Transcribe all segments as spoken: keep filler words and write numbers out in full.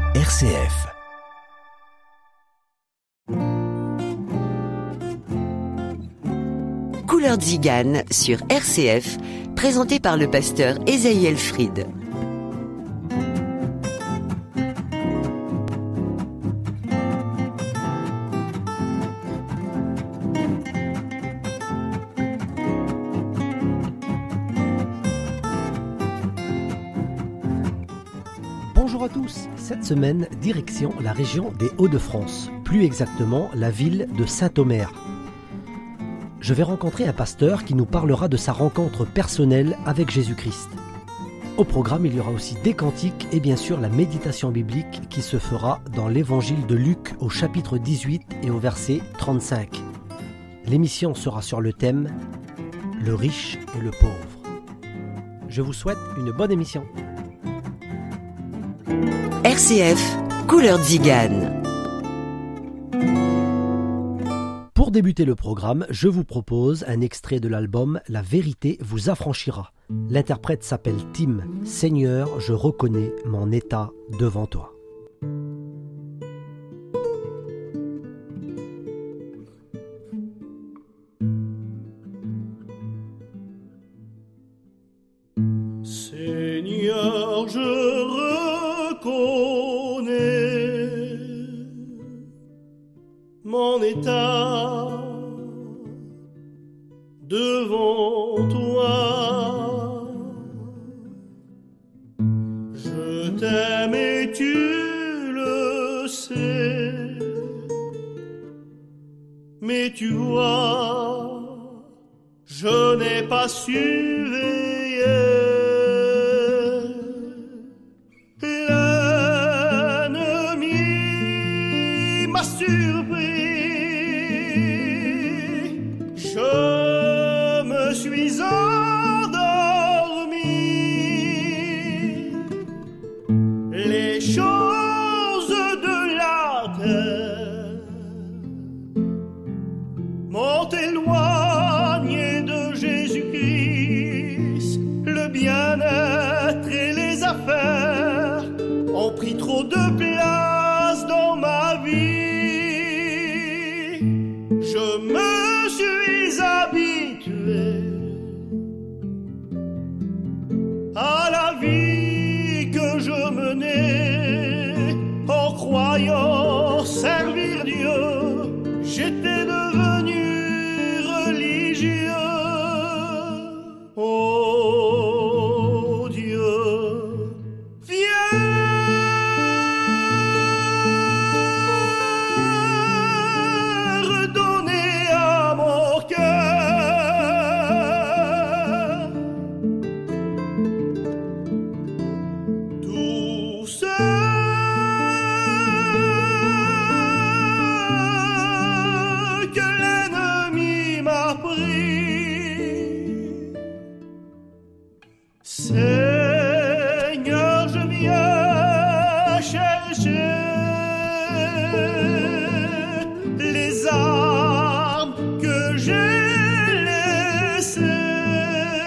R C F. Couleur Tzigane sur R C F, présenté par le pasteur Esaïe Elfried. Bonjour à tous, cette semaine, direction la région des Hauts-de-France, plus exactement la ville de Saint-Omer. Je vais rencontrer un pasteur qui nous parlera de sa rencontre personnelle avec Jésus-Christ. Au programme, il y aura aussi des cantiques et bien sûr la méditation biblique qui se fera dans l'évangile de Luc au chapitre dix-huit et au verset trente-cinq. L'émission sera sur le thème « Le riche et le pauvre ». Je vous souhaite une bonne émission. R C F, Couleur Tzigane. Pour débuter le programme, je vous propose un extrait de l'album « La vérité vous affranchira ». L'interprète s'appelle Tim. « Seigneur, je reconnais mon état devant toi ». Seigneur, je reconnais mon état devant toi. Je t'aime et tu le sais, mais tu vois, je n'ai pas su veiller. L'ennemi m'a surpris, je me suis endormi. Les choses de la terre m'ont éloigné de Jésus-Christ. Le bien-être et les affaires ont pris trop de place dans ma vie. Je me suis habitué à la vie que je menais en croyant servir Dieu. J'étais devenu religieux. Oh Dieu, viens redonner à mon cœur tout ce que l'ennemi m'a pris. Seigneur, je viens chercher les armes que j'ai laissées.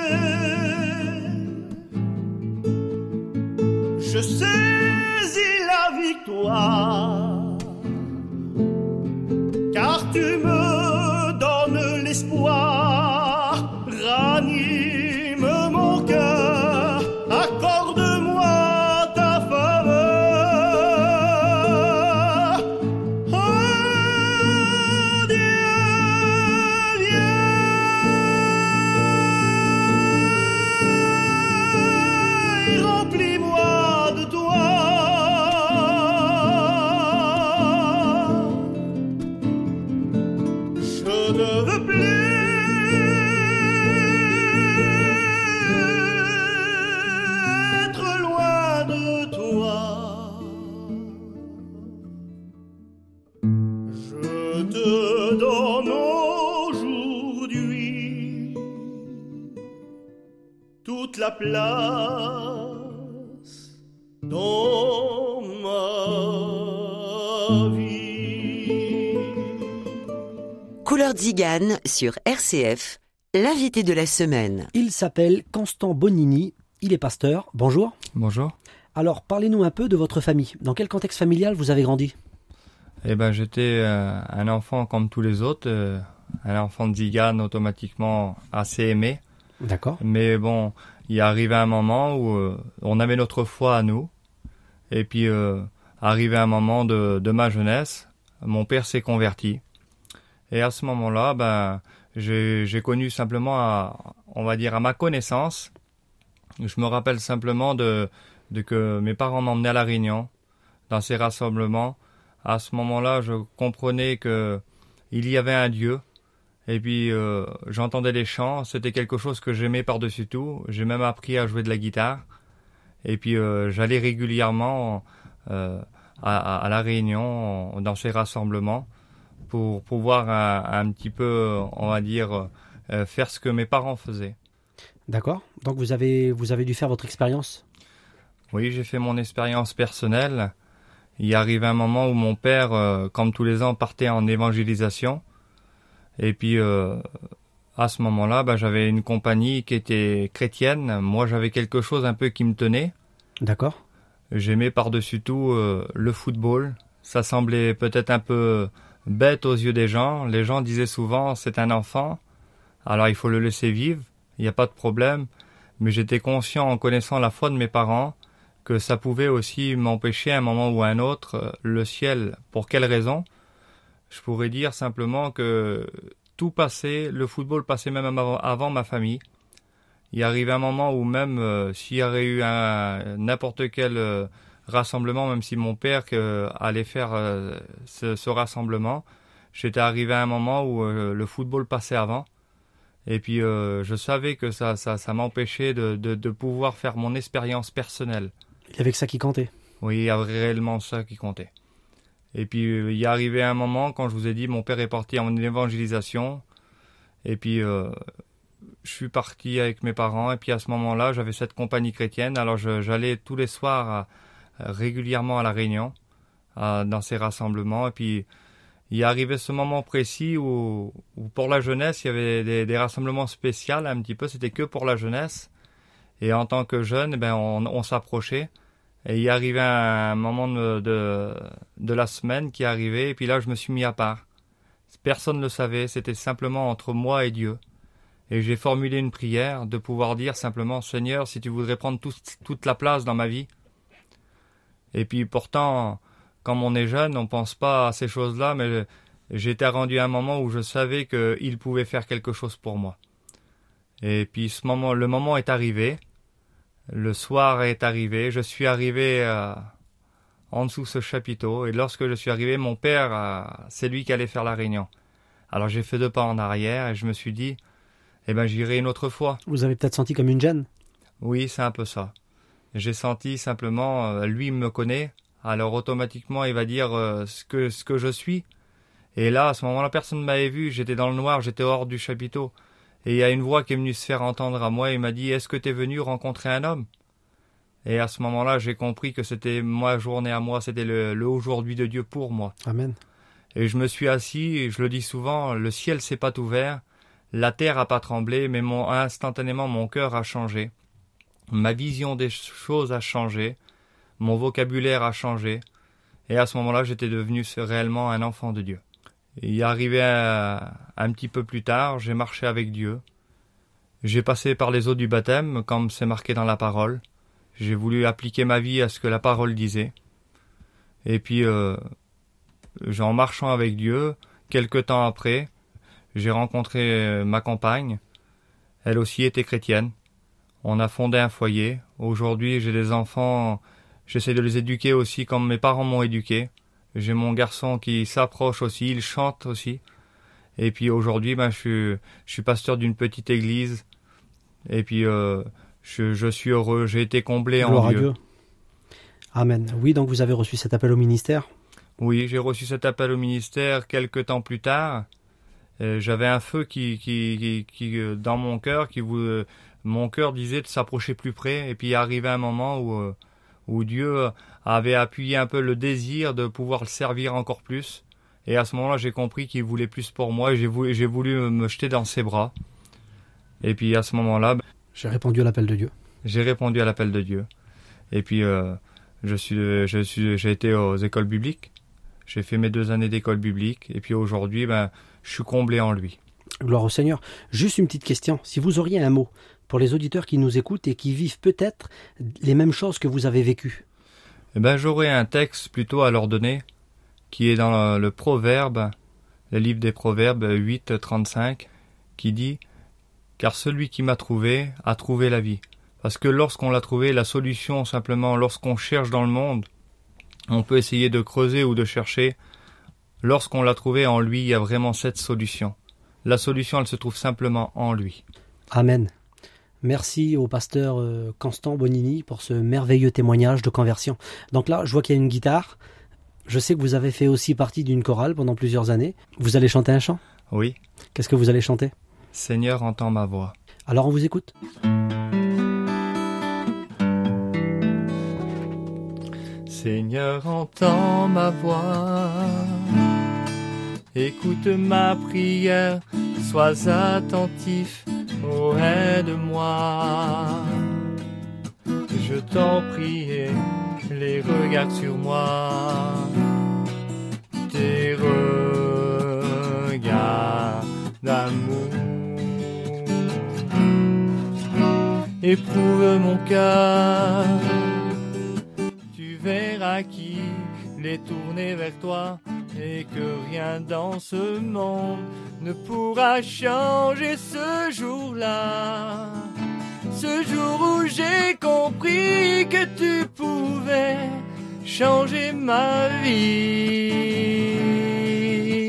Je saisis la victoire, car tu me donnes l'espoir. Ranime mon cœur, accorde-moi ta faveur. Oh Dieu, viens et remplis-moi de toi. Je ne veux plus être loin de toi. Je te donne aujourd'hui toute la place dans ma vie. Couleur Tzigane sur R C F, l'invité de la semaine. Il s'appelle Constant Bonini, il est pasteur. Bonjour. Bonjour. Alors, parlez-nous un peu de votre famille. Dans quel contexte familial vous avez grandi ? Eh ben, j'étais euh, un enfant comme tous les autres, euh, un enfant de Zigane automatiquement assez aimé. D'accord. Mais bon, il est arrivé un moment où euh, on avait notre foi à nous. Et puis, euh, arrivé un moment de, de ma jeunesse, mon père s'est converti. Et à ce moment-là, ben, j'ai, j'ai connu simplement, à, on va dire, à ma connaissance, je me rappelle simplement de, de que mes parents m'emmenaient à La Réunion, dans ces rassemblements. À ce moment-là, je comprenais que il y avait un Dieu. Et puis, euh, j'entendais les chants. C'était quelque chose que j'aimais par-dessus tout. J'ai même appris à jouer de la guitare. Et puis, euh, j'allais régulièrement euh, à, à La Réunion, dans ces rassemblements, pour pouvoir un, un petit peu, on va dire, euh, faire ce que mes parents faisaient. D'accord. Donc, vous avez, vous avez dû faire votre expérience ? Oui, j'ai fait mon expérience personnelle. Il arrive un moment où mon père, euh, comme tous les ans, partait en évangélisation. Et puis, euh, à ce moment-là, bah, j'avais une compagnie qui était chrétienne. Moi, j'avais quelque chose un peu qui me tenait. D'accord. J'aimais par-dessus tout euh, le football. Ça semblait peut-être un peu bête aux yeux des gens. Les gens disaient souvent, c'est un enfant, alors il faut le laisser vivre. Il n'y a pas de problème, mais j'étais conscient en connaissant la foi de mes parents que ça pouvait aussi m'empêcher à un moment ou à un autre le ciel. Pour quelle raison ? Je pourrais dire simplement que tout passait, le football passait même avant, avant ma famille. Il arrivait un moment où même euh, s'il y aurait eu un, n'importe quel euh, rassemblement, même si mon père euh, allait faire euh, ce, ce rassemblement, j'étais arrivé à un moment où euh, le football passait avant. Et puis, euh, je savais que ça, ça, ça m'empêchait de, de, de pouvoir faire mon expérience personnelle. Il y avait que ça qui comptait. Oui, il y avait réellement ça qui comptait. Et puis, euh, il y est arrivé un moment, quand je vous ai dit, mon père est parti en évangélisation. Et puis, euh, je suis parti avec mes parents. Et puis, à ce moment-là, j'avais cette compagnie chrétienne. Alors, je, j'allais tous les soirs à, à, régulièrement à La Réunion, à, dans ces rassemblements. Et puis, il est arrivé ce moment précis où, où pour la jeunesse, il y avait des, des rassemblements spéciaux un petit peu, c'était que pour la jeunesse. Et en tant que jeune, ben, on, on s'approchait. Et il est arrivé un moment de, de, de la semaine qui est arrivé, et puis là, je me suis mis à part. Personne ne le savait, c'était simplement entre moi et Dieu. Et j'ai formulé une prière de pouvoir dire simplement, Seigneur, si tu voudrais prendre tout, toute la place dans ma vie. Et puis pourtant, quand on est jeune, on pense pas à ces choses-là, mais j'étais rendu à un moment où je savais qu'il pouvait faire quelque chose pour moi. Et puis ce moment, le moment est arrivé, le soir est arrivé, je suis arrivé euh, en dessous de ce chapiteau, et lorsque je suis arrivé, mon père, euh, c'est lui qui allait faire la réunion. Alors j'ai fait deux pas en arrière, et je me suis dit, eh ben j'irai une autre fois. Vous avez peut-être senti comme une gêne ? Oui, c'est un peu ça. J'ai senti simplement, euh, lui me connaît, alors automatiquement il va dire euh, ce que ce que je suis. Et là, à ce moment-là, personne ne m'avait vu, j'étais dans le noir, j'étais hors du chapiteau. Et il y a une voix qui est venue se faire entendre à moi, et il m'a dit, est-ce que tu es venu rencontrer un homme ? Et à ce moment-là, j'ai compris que c'était ma journée à moi, c'était le, le aujourd'hui de Dieu pour moi. Amen. Et je me suis assis, et je le dis souvent, le ciel s'est pas ouvert, la terre a pas tremblé, mais mon, instantanément mon cœur a changé. Ma vision des choses a changé, mon vocabulaire a changé, et à ce moment-là, j'étais devenu réellement un enfant de Dieu. Il est arrivé un, un petit peu plus tard, j'ai marché avec Dieu. J'ai passé par les eaux du baptême, comme c'est marqué dans la parole. J'ai voulu appliquer ma vie à ce que la parole disait. Et puis, euh, en marchant avec Dieu, quelque temps après, j'ai rencontré ma compagne. Elle aussi était chrétienne. On a fondé un foyer. Aujourd'hui, j'ai des enfants. J'essaie de les éduquer aussi comme mes parents m'ont éduqué. J'ai mon garçon qui s'approche aussi, il chante aussi. Et puis aujourd'hui, ben, je suis, je suis pasteur d'une petite église. Et puis, euh, je, je suis heureux, j'ai été comblé Gloire en Dieu. à Dieu. Amen. Oui, donc vous avez reçu cet appel au ministère ? Oui, j'ai reçu cet appel au ministère quelques temps plus tard. Euh, j'avais un feu qui, qui, qui, qui euh, dans mon cœur, qui vous, euh, mon cœur disait de s'approcher plus près. Et puis, il arrivait un moment où, euh, où Dieu avait appuyé un peu le désir de pouvoir le servir encore plus. Et à ce moment-là, j'ai compris qu'il voulait plus pour moi et j'ai voulu, j'ai voulu me jeter dans ses bras. Et puis à ce moment-là, j'ai répondu à l'appel de Dieu. J'ai répondu à l'appel de Dieu. Et puis, euh, je suis, je suis, j'ai été aux écoles bibliques. J'ai fait mes deux années d'école biblique. Et puis aujourd'hui, ben, je suis comblé en lui. Gloire au Seigneur. Juste une petite question. Si vous auriez un mot pour les auditeurs qui nous écoutent et qui vivent peut-être les mêmes choses que vous avez vécues. Eh ben, j'aurais un texte plutôt à leur donner, qui est dans le, le Proverbe, le livre des Proverbes huit, trente-cinq, qui dit « Car celui qui m'a trouvé a trouvé la vie ». Parce que lorsqu'on l'a trouvé, la solution simplement, lorsqu'on cherche dans le monde, on peut essayer de creuser ou de chercher. Lorsqu'on l'a trouvé en lui, il y a vraiment cette solution. La solution, elle se trouve simplement en lui. Amen. Merci au pasteur Constant Bonini pour ce merveilleux témoignage de conversion. Donc là, je vois qu'il y a une guitare. Je sais que vous avez fait aussi partie d'une chorale pendant plusieurs années. Vous allez chanter un chant ? Oui. Qu'est-ce que vous allez chanter ? Seigneur, entends ma voix. Alors on vous écoute. Seigneur, entends ma voix. Écoute ma prière. Sois attentif. Oh, aide-moi, je t'en prie, les regards sur moi, tes regards d'amour. Éprouve mon cœur, tu verras qu'il est tourné vers toi et que rien dans ce monde ne pourra changer ce jour-là, ce jour où j'ai compris que tu pouvais changer ma vie.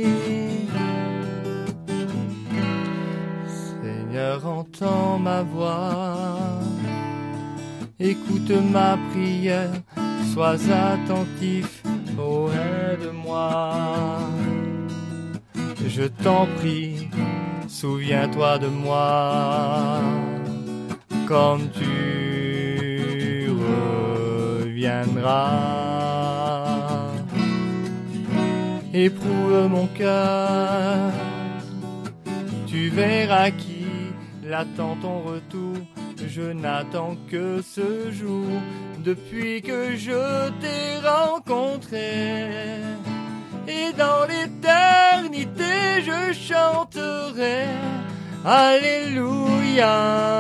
Seigneur, entends ma voix, écoute ma prière, sois attentif, oh aide-moi. Je t'en prie, souviens-toi de moi, comme tu reviendras. Éprouve mon cœur, tu verras qu'il attend ton retour. Je n'attends que ce jour, depuis que je t'ai rencontré. Et dans l'éternité, je chanterai Alléluia.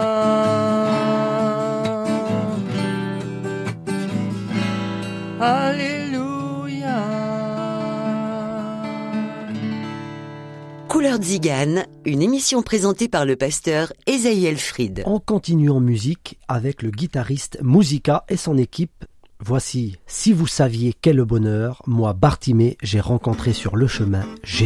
Alléluia. Couleur Tzigane, une émission présentée par le pasteur Esaïel Fried. On continue en musique avec le guitariste Musica et son équipe. Voici « Si vous saviez quel bonheur, moi Bartimée, j'ai rencontré sur le chemin Jésus ».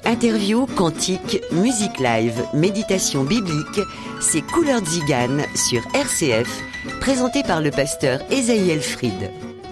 Interviews, cantiques, musique live, méditation biblique, c'est Couleur Tzigane sur R C F, présenté par le pasteur Esaïel Fried.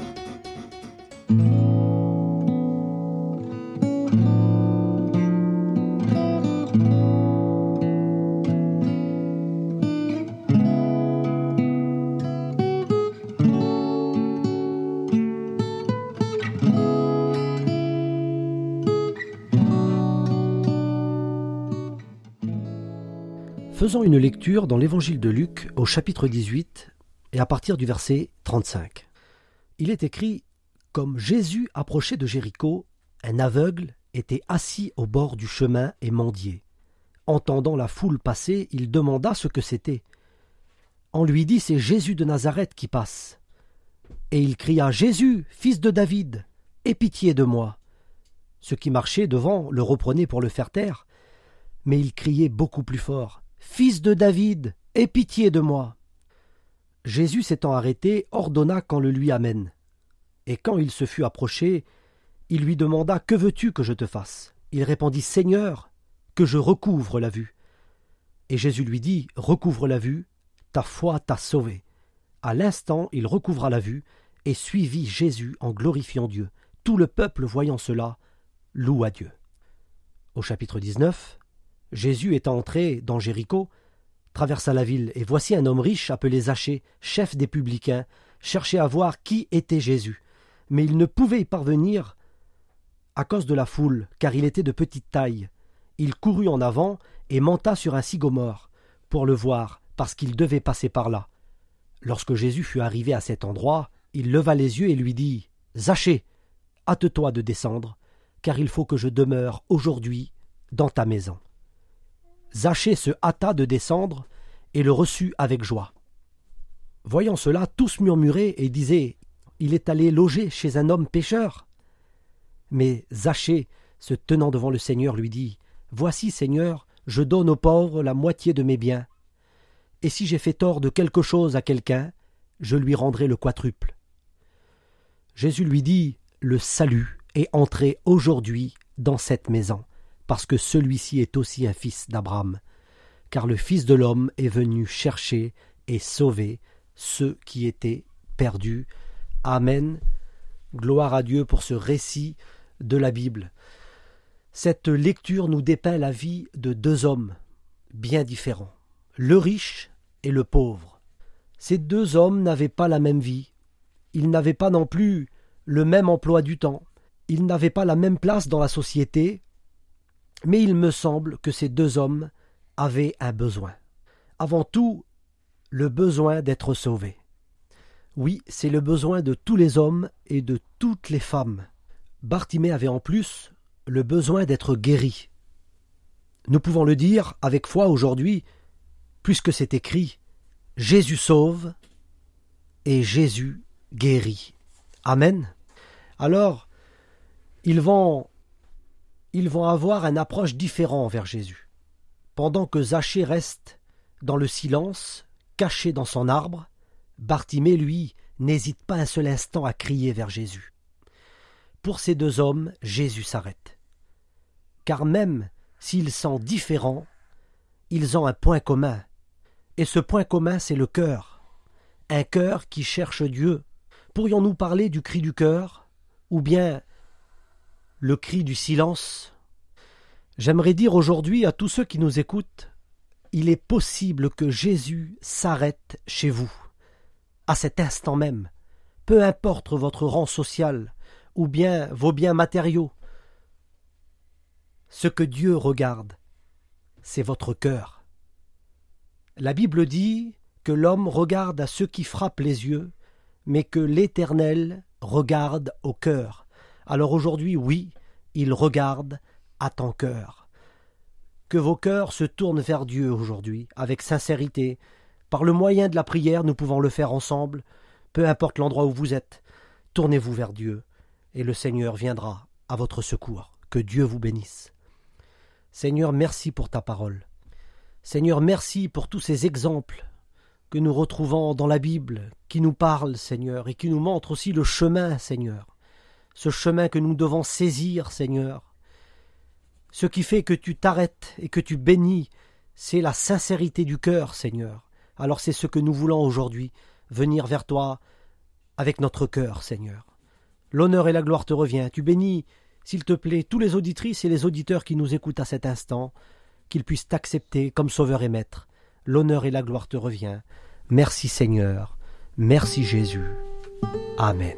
Faisons une lecture dans l'évangile de Luc au chapitre dix-huit et à partir du verset trente-cinq. Il est écrit « Comme Jésus approchait de Jéricho, un aveugle était assis au bord du chemin et mendiait. Entendant la foule passer, il demanda ce que c'était. On lui dit « C'est Jésus de Nazareth qui passe. » Et il cria « Jésus, fils de David, aie pitié de moi. » Ceux qui marchaient devant le reprenaient pour le faire taire, mais il criait beaucoup plus fort. Fils de David, aie pitié de moi. Jésus s'étant arrêté, ordonna qu'on le lui amène. Et quand il se fut approché, il lui demanda « Que veux-tu que je te fasse ?» Il répondit « Seigneur, que je recouvre la vue. » Et Jésus lui dit « Recouvre la vue, ta foi t'a sauvé. » À l'instant, il recouvra la vue et suivit Jésus en glorifiant Dieu. Tout le peuple voyant cela loua Dieu. Au chapitre dix-neuf, Jésus étant entré dans Jéricho, traversa la ville, et voici un homme riche appelé Zachée, chef des publicains, cherchait à voir qui était Jésus. Mais il ne pouvait y parvenir à cause de la foule, car il était de petite taille. Il courut en avant et monta sur un sycomore pour le voir, parce qu'il devait passer par là. Lorsque Jésus fut arrivé à cet endroit, il leva les yeux et lui dit « Zachée, hâte-toi de descendre, car il faut que je demeure aujourd'hui dans ta maison. » Zachée se hâta de descendre et le reçut avec joie. Voyant cela, tous murmuraient et disaient « Il est allé loger chez un homme pécheur. » Mais Zachée, se tenant devant le Seigneur, lui dit « Voici, Seigneur, je donne aux pauvres la moitié de mes biens. Et si j'ai fait tort de quelque chose à quelqu'un, je lui rendrai le quadruple. » Jésus lui dit « Le salut est entré aujourd'hui dans cette maison. » Parce que celui-ci est aussi un fils d'Abraham, car le Fils de l'homme est venu chercher et sauver ceux qui étaient perdus. Amen. Gloire à Dieu pour ce récit de la Bible. Cette lecture nous dépeint la vie de deux hommes bien différents, le riche et le pauvre. Ces deux hommes n'avaient pas la même vie, ils n'avaient pas non plus le même emploi du temps, ils n'avaient pas la même place dans la société. Mais il me semble que ces deux hommes avaient un besoin. Avant tout, le besoin d'être sauvés. Oui, c'est le besoin de tous les hommes et de toutes les femmes. Bartimée avait en plus le besoin d'être guéri. Nous pouvons le dire avec foi aujourd'hui, puisque c'est écrit « Jésus sauve et Jésus guérit ». Amen. Alors, ils vont... ils vont avoir une approche différente envers Jésus. Pendant que Zachée reste dans le silence, caché dans son arbre, Bartimée, lui, n'hésite pas un seul instant à crier vers Jésus. Pour ces deux hommes, Jésus s'arrête. Car même s'ils sont différents, ils ont un point commun. Et ce point commun, c'est le cœur. Un cœur qui cherche Dieu. Pourrions-nous parler du cri du cœur, ou bien le cri du silence? J'aimerais dire aujourd'hui à tous ceux qui nous écoutent, il est possible que Jésus s'arrête chez vous, à cet instant même, peu importe votre rang social ou bien vos biens matériaux. Ce que Dieu regarde, c'est votre cœur. La Bible dit que l'homme regarde à ceux qui frappent les yeux, mais que l'Éternel regarde au cœur. Alors aujourd'hui, oui, il regarde à ton cœur. Que vos cœurs se tournent vers Dieu aujourd'hui, avec sincérité. Par le moyen de la prière, nous pouvons le faire ensemble. Peu importe l'endroit où vous êtes, tournez-vous vers Dieu, et le Seigneur viendra à votre secours. Que Dieu vous bénisse. Seigneur, merci pour ta parole. Seigneur, merci pour tous ces exemples que nous retrouvons dans la Bible, qui nous parlent, Seigneur, et qui nous montrent aussi le chemin, Seigneur. Ce chemin que nous devons saisir, Seigneur. Ce qui fait que tu t'arrêtes et que tu bénis, c'est la sincérité du cœur, Seigneur. Alors c'est ce que nous voulons aujourd'hui, venir vers toi avec notre cœur, Seigneur. L'honneur et la gloire te revient. Tu bénis, s'il te plaît, tous les auditrices et les auditeurs qui nous écoutent à cet instant, qu'ils puissent t'accepter comme sauveur et maître. L'honneur et la gloire te revient. Merci Seigneur. Merci Jésus. Amen.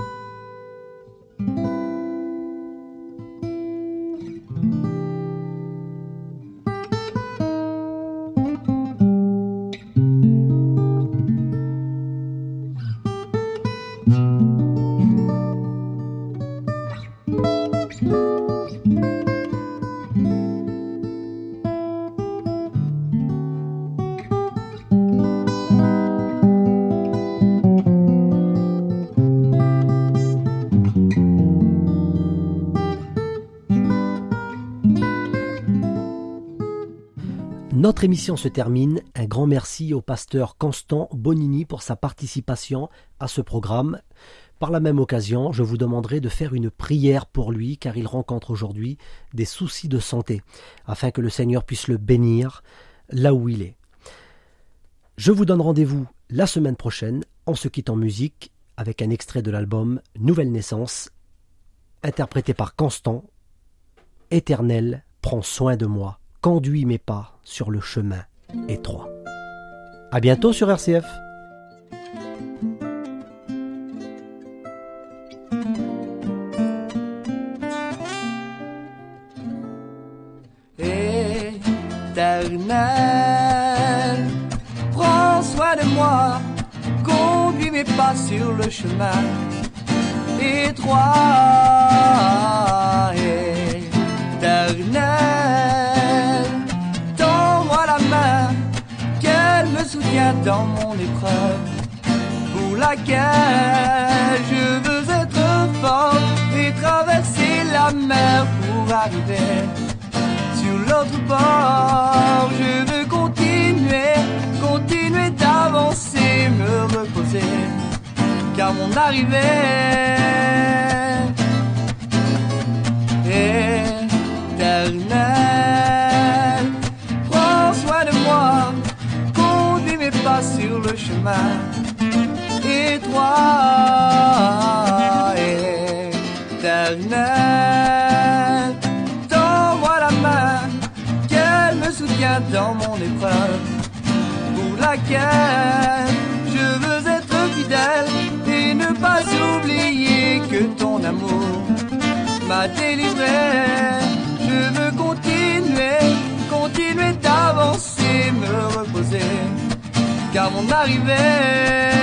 Notre émission se termine. Un grand merci au pasteur Constant Bonini pour sa participation à ce programme. Par la même occasion, je vous demanderai de faire une prière pour lui car il rencontre aujourd'hui des soucis de santé afin que le Seigneur puisse le bénir là où il est. Je vous donne rendez-vous la semaine prochaine. On se quitte en musique avec un extrait de l'album Nouvelle Naissance interprété par Constant. Éternel, prends soin de moi. Conduis mes pas sur le chemin étroit. À bientôt sur R C F. Éternel, prends soin de moi, conduis mes pas sur le chemin étroit. Éternel, tends-moi la main, qu'elle me soutienne dans mon épreuve, pour laquelle je veux être fort et traverser la mer pour arriver sur l'autre bord. Je veux continuer, continuer d'avancer, me reposer, car mon arrivée éternel. Prends soin de moi, conduis mes pas sur le chemin étroit. Éternel, tends-moi la main, qu'elle me soutienne dans mon épreuve, pour laquelle je veux être fidèle et ne pas oublier que ton amour m'a délivré. Je veux continuer, continuer d'avancer, me reposer, car mon arrivée